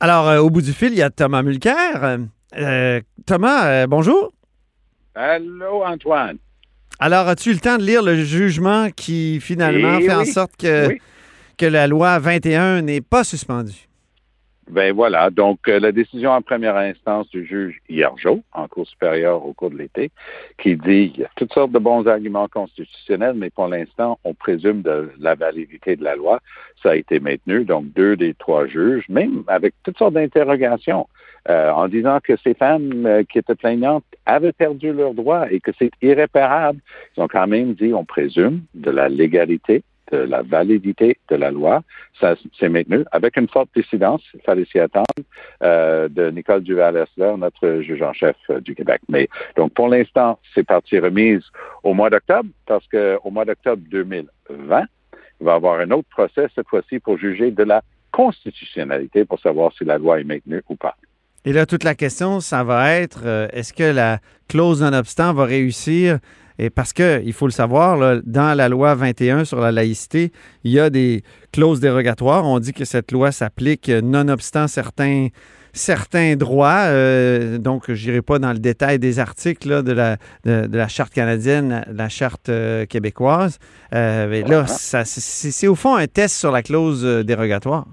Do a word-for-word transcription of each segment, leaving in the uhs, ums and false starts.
Alors, euh, au bout du fil, il y a Thomas Mulcair. Euh, Thomas, euh, bonjour. Allô, Antoine. Alors, as-tu eu le temps de lire le jugement qui, finalement, Eh fait en oui, sorte que, oui. que la loi vingt et un n'est pas suspendue? Ben voilà. Donc, euh, la décision en première instance du juge Hiergeau, en cour supérieure au cours de l'été, qui dit qu'il y a toutes sortes de bons arguments constitutionnels, mais pour l'instant, on présume de la validité de la loi. Ça a été maintenu. Donc, deux des trois juges, même avec toutes sortes d'interrogations, euh, en disant que ces femmes euh, qui étaient plaignantes avaient perdu leurs droits et que c'est irréparable. Ils ont quand même dit, on présume de la légalité, de la validité de la loi. Ça s'est maintenu avec une forte dissidence, il fallait s'y attendre, euh, de Nicole Duval-Essler, notre juge en chef euh, du Québec. Mais donc, pour l'instant, c'est partie remise au mois d'octobre, parce qu'au mois d'octobre deux mille vingt, il va y avoir un autre procès, cette fois-ci, pour juger de la constitutionnalité, pour savoir si la loi est maintenue ou pas. Et là, toute la question, ça va être, euh, est-ce que la clause non-obstant va réussir? Et parce que, il faut le savoir, là, dans la loi vingt et un sur la laïcité, il y a des clauses dérogatoires. On dit que cette loi s'applique nonobstant certains, certains droits. Euh, donc, je n'irai pas dans le détail des articles là, de, la, de, de la Charte canadienne, la Charte euh, québécoise. Euh, mais là, ça, c'est, c'est au fond un test sur la clause euh, dérogatoire.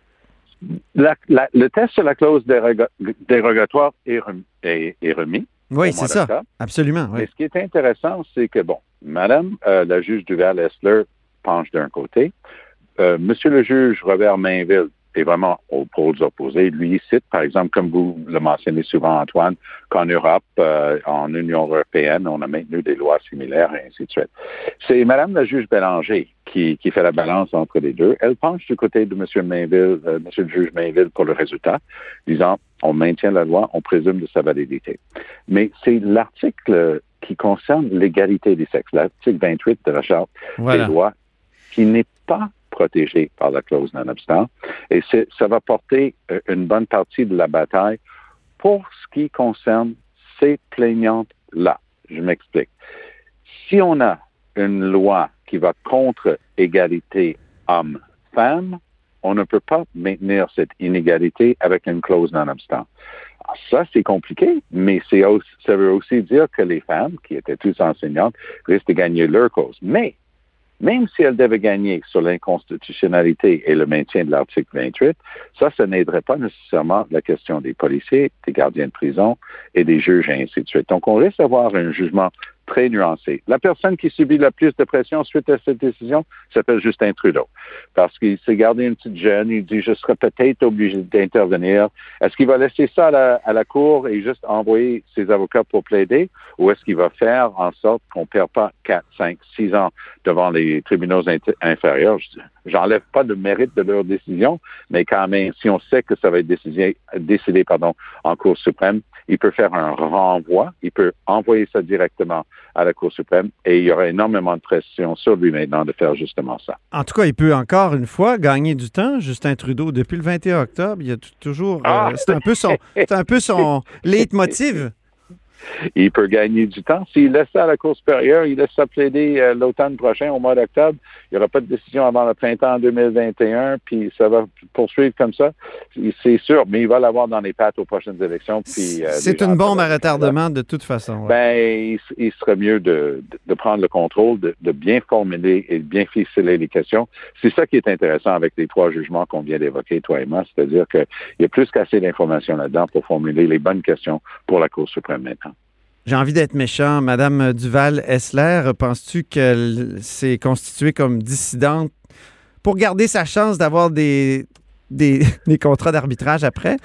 La, la, le test sur la clause déroga, dérogatoire est, rem, est, est remis. Oui, c'est ça. Absolument. Oui. Mais ce qui est intéressant, c'est que, bon, Madame euh, la juge Duval-Essler penche d'un côté. Euh, Monsieur le juge Robert Mainville est vraiment aux pôles opposés. Lui, il cite, par exemple, comme vous le mentionnez souvent, Antoine, qu'en Europe, euh, en Union européenne, on a maintenu des lois similaires et ainsi de suite. C'est Madame la juge Bélanger qui, qui fait la balance entre les deux. Elle penche du côté de Monsieur Mainville, euh, Monsieur le juge Mainville pour le résultat, disant on maintient la loi, on présume de sa validité. Mais c'est l'article qui concerne l'égalité des sexes, l'article vingt-huit de la Charte voilà. des lois, qui n'est pas protégé par la clause non-obstant. Et c'est, ça va porter une bonne partie de la bataille pour ce qui concerne ces plaignantes-là. Je m'explique. Si on a une loi qui va contre égalité homme-femme, on ne peut pas maintenir cette inégalité avec une clause non-obstant. Alors ça, c'est compliqué, mais c'est aussi, ça veut aussi dire que les femmes, qui étaient toutes enseignantes, risquent de gagner leur cause. Mais même si elles devaient gagner sur l'inconstitutionnalité et le maintien de l'article vingt-huit, ça, ça n'aiderait pas nécessairement la question des policiers, des gardiens de prison et des juges et ainsi de suite. Donc, on risque d'avoir un jugement très nuancé. La personne qui subit le plus de pression suite à cette décision s'appelle Justin Trudeau. Parce qu'il s'est gardé une petite jeune, il dit « je serais peut-être obligé d'intervenir ». Est-ce qu'il va laisser ça à la, à la cour et juste envoyer ses avocats pour plaider? Ou est-ce qu'il va faire en sorte qu'on ne perd pas quatre, cinq, six ans devant les tribunaux inter- inférieurs? J'enlève pas de mérite de leur décision, mais quand même, si on sait que ça va être décidé, décidé pardon, en Cour suprême, il peut faire un renvoi, il peut envoyer ça directement à la Cour suprême et il y aura énormément de pression sur lui maintenant de faire justement ça. En tout cas, il peut encore une fois gagner du temps, Justin Trudeau. Depuis le vingt et un octobre, il y a t- toujours... Ah! Euh, c'est un peu son, c'est un peu son leitmotiv. Il peut gagner du temps. S'il laisse ça à la Cour supérieure, il laisse ça plaider euh, l'automne prochain, au mois d'octobre, il n'y aura pas de décision avant le printemps deux mille vingt et un, puis ça va poursuivre comme ça. C'est sûr, mais il va l'avoir dans les pattes aux prochaines élections. Puis, euh, c'est une bombe à retardement de toute façon. Ouais. Ben, il, il serait mieux de, de, de prendre le contrôle, de, de bien formuler et de bien ficeler les questions. C'est ça qui est intéressant avec les trois jugements qu'on vient d'évoquer, toi et moi, c'est-à-dire qu'il y a plus qu'assez d'informations là-dedans pour formuler les bonnes questions pour la Cour suprême maintenant. J'ai envie d'être méchant. Madame Duval-Essler, penses-tu qu'elle s'est constituée comme dissidente pour garder sa chance d'avoir des, des, des contrats d'arbitrage après?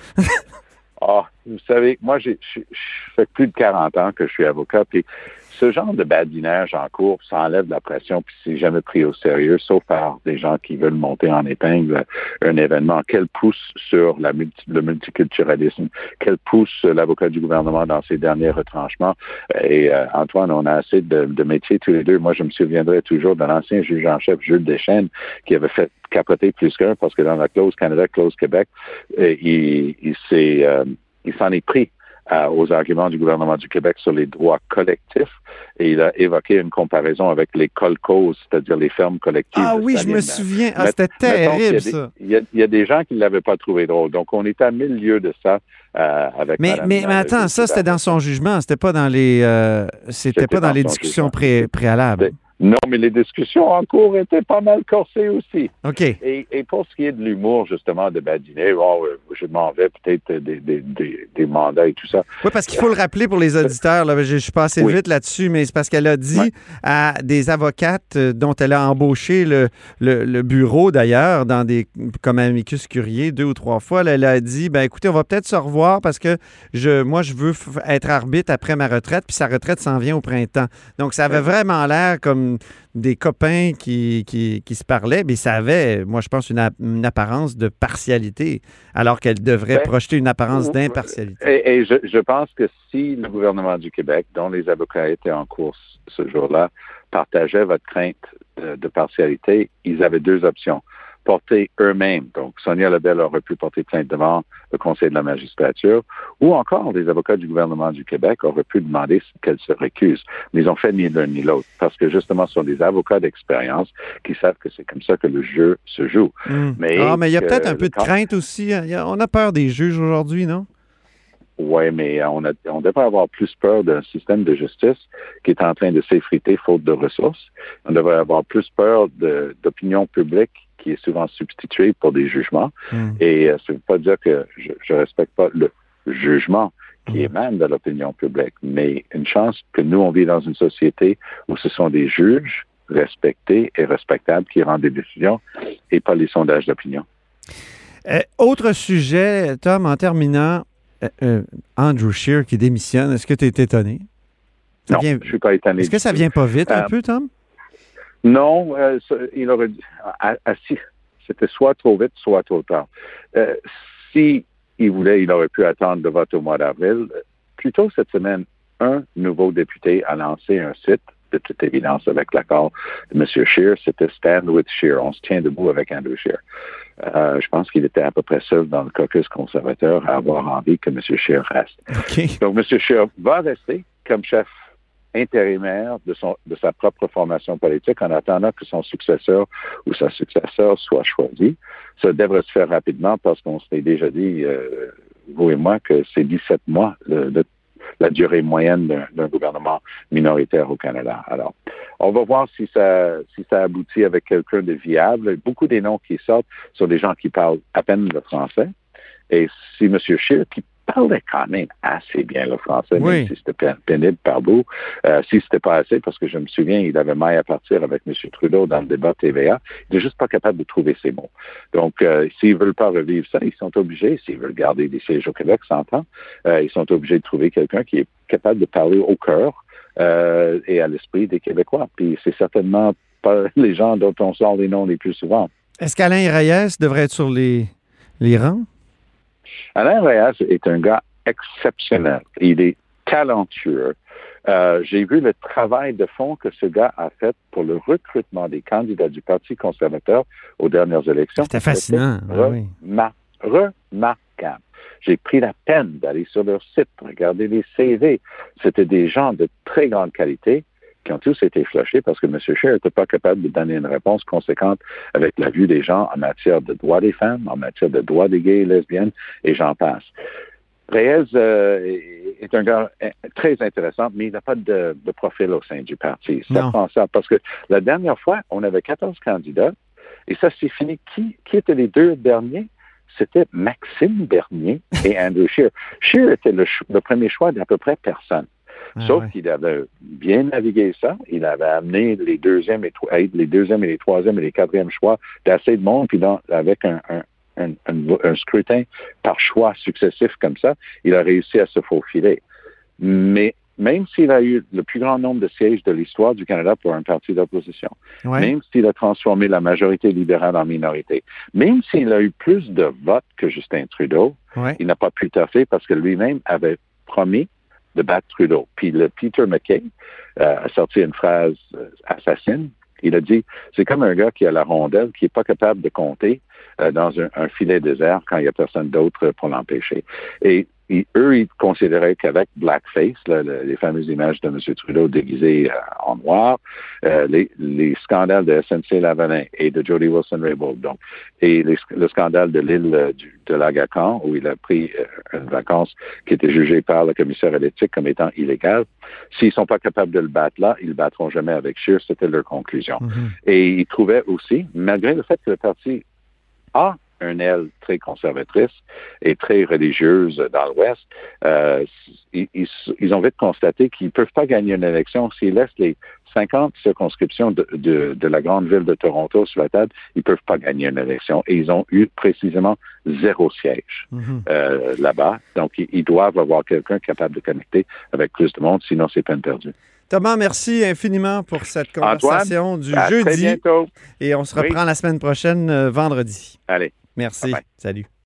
Ah, vous savez, moi, j'ai, je fais plus de quarante ans que je suis avocat, puis ce genre de badinage en cours, ça enlève la pression, puis c'est jamais pris au sérieux, sauf par des gens qui veulent monter en épingle un événement. Quel pousse sur la multi, le multiculturalisme? Quel pousse l'avocat du gouvernement dans ses derniers retranchements? Et euh, Antoine, on a assez de, de métiers tous les deux. Moi, je me souviendrai toujours de l'ancien juge en chef, Jules Deschênes, qui avait fait capoter plus qu'un, parce que dans la clause Canada, clause Québec, euh, il, il s'est... Euh, il s'en est pris à, aux arguments du gouvernement du Québec sur les droits collectifs et il a évoqué une comparaison avec les colcos, c'est-à-dire les fermes collectives. Ah oui, je me souviens. Ah, c'était terrible, ça. Il y, y a des gens qui ne l'avaient pas trouvé drôle. Donc, on est à mille lieues de ça euh, avec mais, Madame mais, mais attends, ça, c'était dans son jugement. C'était pas dans les, euh, c'était c'était pas dans, dans les discussions pré, préalables. Non, mais les discussions en cours étaient pas mal corsées aussi. OK. Et, et pour ce qui est de l'humour, justement, de badiner, oh, je m'en vais peut-être des, des, des, des mandats et tout ça. Oui, parce qu'il faut le rappeler pour les auditeurs, là, je, je suis passé oui. vite là-dessus, mais c'est parce qu'elle a dit ouais. à des avocates dont elle a embauché le, le, le bureau, d'ailleurs, dans des comme amicus curiae, deux ou trois fois, là, elle a dit, ben écoutez, on va peut-être se revoir parce que je, moi, je veux f- être arbitre après ma retraite, puis sa retraite s'en vient au printemps. Donc, ça avait ouais. vraiment l'air comme des copains qui, qui, qui se parlaient, mais ça avait, moi, je pense, une, une apparence de partialité, alors qu'elle devrait ben, projeter une apparence d'impartialité. Et, et je, je pense que si le gouvernement du Québec, dont les avocats étaient en course ce jour-là, partageait votre crainte de, de partialité, ils avaient deux options. Porter eux-mêmes, donc Sonia Lebel aurait pu porter plainte devant le Conseil de la magistrature, ou encore les avocats du gouvernement du Québec auraient pu demander qu'elle se récuse. Mais ils ont fait ni l'un ni l'autre, parce que justement, ce sont des avocats d'expérience qui savent que c'est comme ça que le jeu se joue. Mmh. Mais, ah, mais il y a peut-être un peu de crainte aussi. A, on a peur des juges aujourd'hui, non? Oui, mais on, a, on devrait avoir plus peur d'un système de justice qui est en train de s'effriter faute de ressources. On devrait avoir plus peur de, d'opinion publique qui est souvent substituée pour des jugements. Mm. Et euh, ça ne veut pas dire que je ne respecte pas le jugement qui mm. émane de l'opinion publique, mais une chance que nous, on vit dans une société où ce sont des juges respectés et respectables qui rendent des décisions et pas les sondages d'opinion. Euh, autre sujet, Tom, en terminant, euh, euh, Andrew Scheer qui démissionne, est-ce que tu es étonné? Ça non, vient... je ne suis pas étonné. Est-ce que ça vient pas vite un euh, peu, Tom? Non, euh, il aurait dit, à, à, si, c'était soit trop vite, soit trop tard. Euh, si il voulait, il aurait pu attendre le vote au mois d'avril. Plus tôt cette semaine, un nouveau député a lancé un site, de toute évidence avec l'accord de M. Scheer, c'était Stand with Scheer. On se tient debout avec Andrew Scheer. Euh, je pense qu'il était à peu près seul dans le caucus conservateur à avoir envie que M. Scheer reste. Okay. Donc, M. Scheer va rester comme chef intérimaire de, son, de sa propre formation politique en attendant que son successeur ou sa successeur soit choisi. Ça devrait se faire rapidement parce qu'on s'est déjà dit, euh, vous et moi, que c'est dix-sept mois le, le, la durée moyenne d'un, d'un gouvernement minoritaire au Canada. Alors, on va voir si ça, si ça aboutit avec quelqu'un de viable. Beaucoup des noms qui sortent sont des gens qui parlent à peine le français. Et si M. Scheer, qui parlait quand même assez bien le français, oui. même si c'était pénible par bout. Euh, si c'était pas assez, parce que je me souviens, il avait maille à partir avec M. Trudeau dans le débat T V A. Il n'est juste pas capable de trouver ses mots. Donc, euh, s'ils veulent pas revivre ça, ils sont obligés, s'ils veulent garder des sièges au Québec, s'entend, euh, ils sont obligés de trouver quelqu'un qui est capable de parler au cœur euh, et à l'esprit des Québécois. Puis c'est certainement pas les gens dont on sort les noms les plus souvent. Est-ce qu'Alain Reyes devrait être sur les, les rangs? Alain Reyes est un gars exceptionnel. Il est talentueux. Euh, j'ai vu le travail de fond que ce gars a fait pour le recrutement des candidats du Parti conservateur aux dernières élections. C'était fascinant. C'était remar- remarquable. J'ai pris la peine d'aller sur leur site, regarder les C V. C'était des gens de très grande qualité qui ont tous été flushés parce que M. Scheer n'était pas capable de donner une réponse conséquente avec la vue des gens en matière de droits des femmes, en matière de droits des gays et lesbiennes, et j'en passe. Reyes euh, est un gars très intéressant, mais il n'a pas de, de profil au sein du parti. C'est pensable parce que la dernière fois, on avait quatorze candidats, et ça s'est fini. Qui, qui étaient les deux derniers? C'était Maxime Bernier et Andrew Scheer. Scheer était le, le premier choix d'à peu près personne. Ah, Sauf ouais. qu'il avait bien navigué ça. Il avait amené les deuxièmes et, les deuxièmes et les troisièmes et les quatrièmes choix d'assez de monde, puis dans, avec un, un, un, un, un scrutin par choix successif comme ça, il a réussi à se faufiler. Mais même s'il a eu le plus grand nombre de sièges de l'histoire du Canada pour un parti d'opposition, ouais. même s'il a transformé la majorité libérale en minorité, même s'il a eu plus de votes que Justin Trudeau, ouais. il n'a pas pu taffer parce que lui-même avait promis de battre Trudeau. Puis le Peter MacKay euh, a sorti une phrase euh, assassine. Il a dit, c'est comme un gars qui a la rondelle, qui n'est pas capable de compter, euh, dans un, un filet désert quand il n'y a personne d'autre pour l'empêcher. Et ils, eux, ils considéraient qu'avec blackface, là, le, les fameuses images de M. Trudeau déguisé euh, en noir, euh, les, les scandales de S N C-Lavalin et de Jody Wilson-Raybould, donc, et les, le scandale de l'île du, de l'Agacan, où il a pris euh, une vacance qui était jugée par le commissaire à l'éthique comme étant illégale, s'ils sont pas capables de le battre là, ils le battront jamais avec Scheer, c'était leur conclusion. Mm-hmm. Et ils trouvaient aussi, malgré le fait que le parti a une aile très conservatrice et très religieuse dans l'Ouest, euh, ils, ils, ils ont vite constaté qu'ils ne peuvent pas gagner une élection s'ils laissent les cinquante circonscriptions de, de, de la grande ville de Toronto sur la table, ils ne peuvent pas gagner une élection. Et ils ont eu précisément zéro siège mm-hmm. euh, là-bas. Donc, ils, ils doivent avoir quelqu'un capable de connecter avec plus de monde, sinon c'est peine perdue. Thomas, merci infiniment pour cette conversation Antoine, du à jeudi. Très bientôt. Et on se reprend oui. la semaine prochaine, euh, vendredi. Allez. Merci. Bye bye. Salut.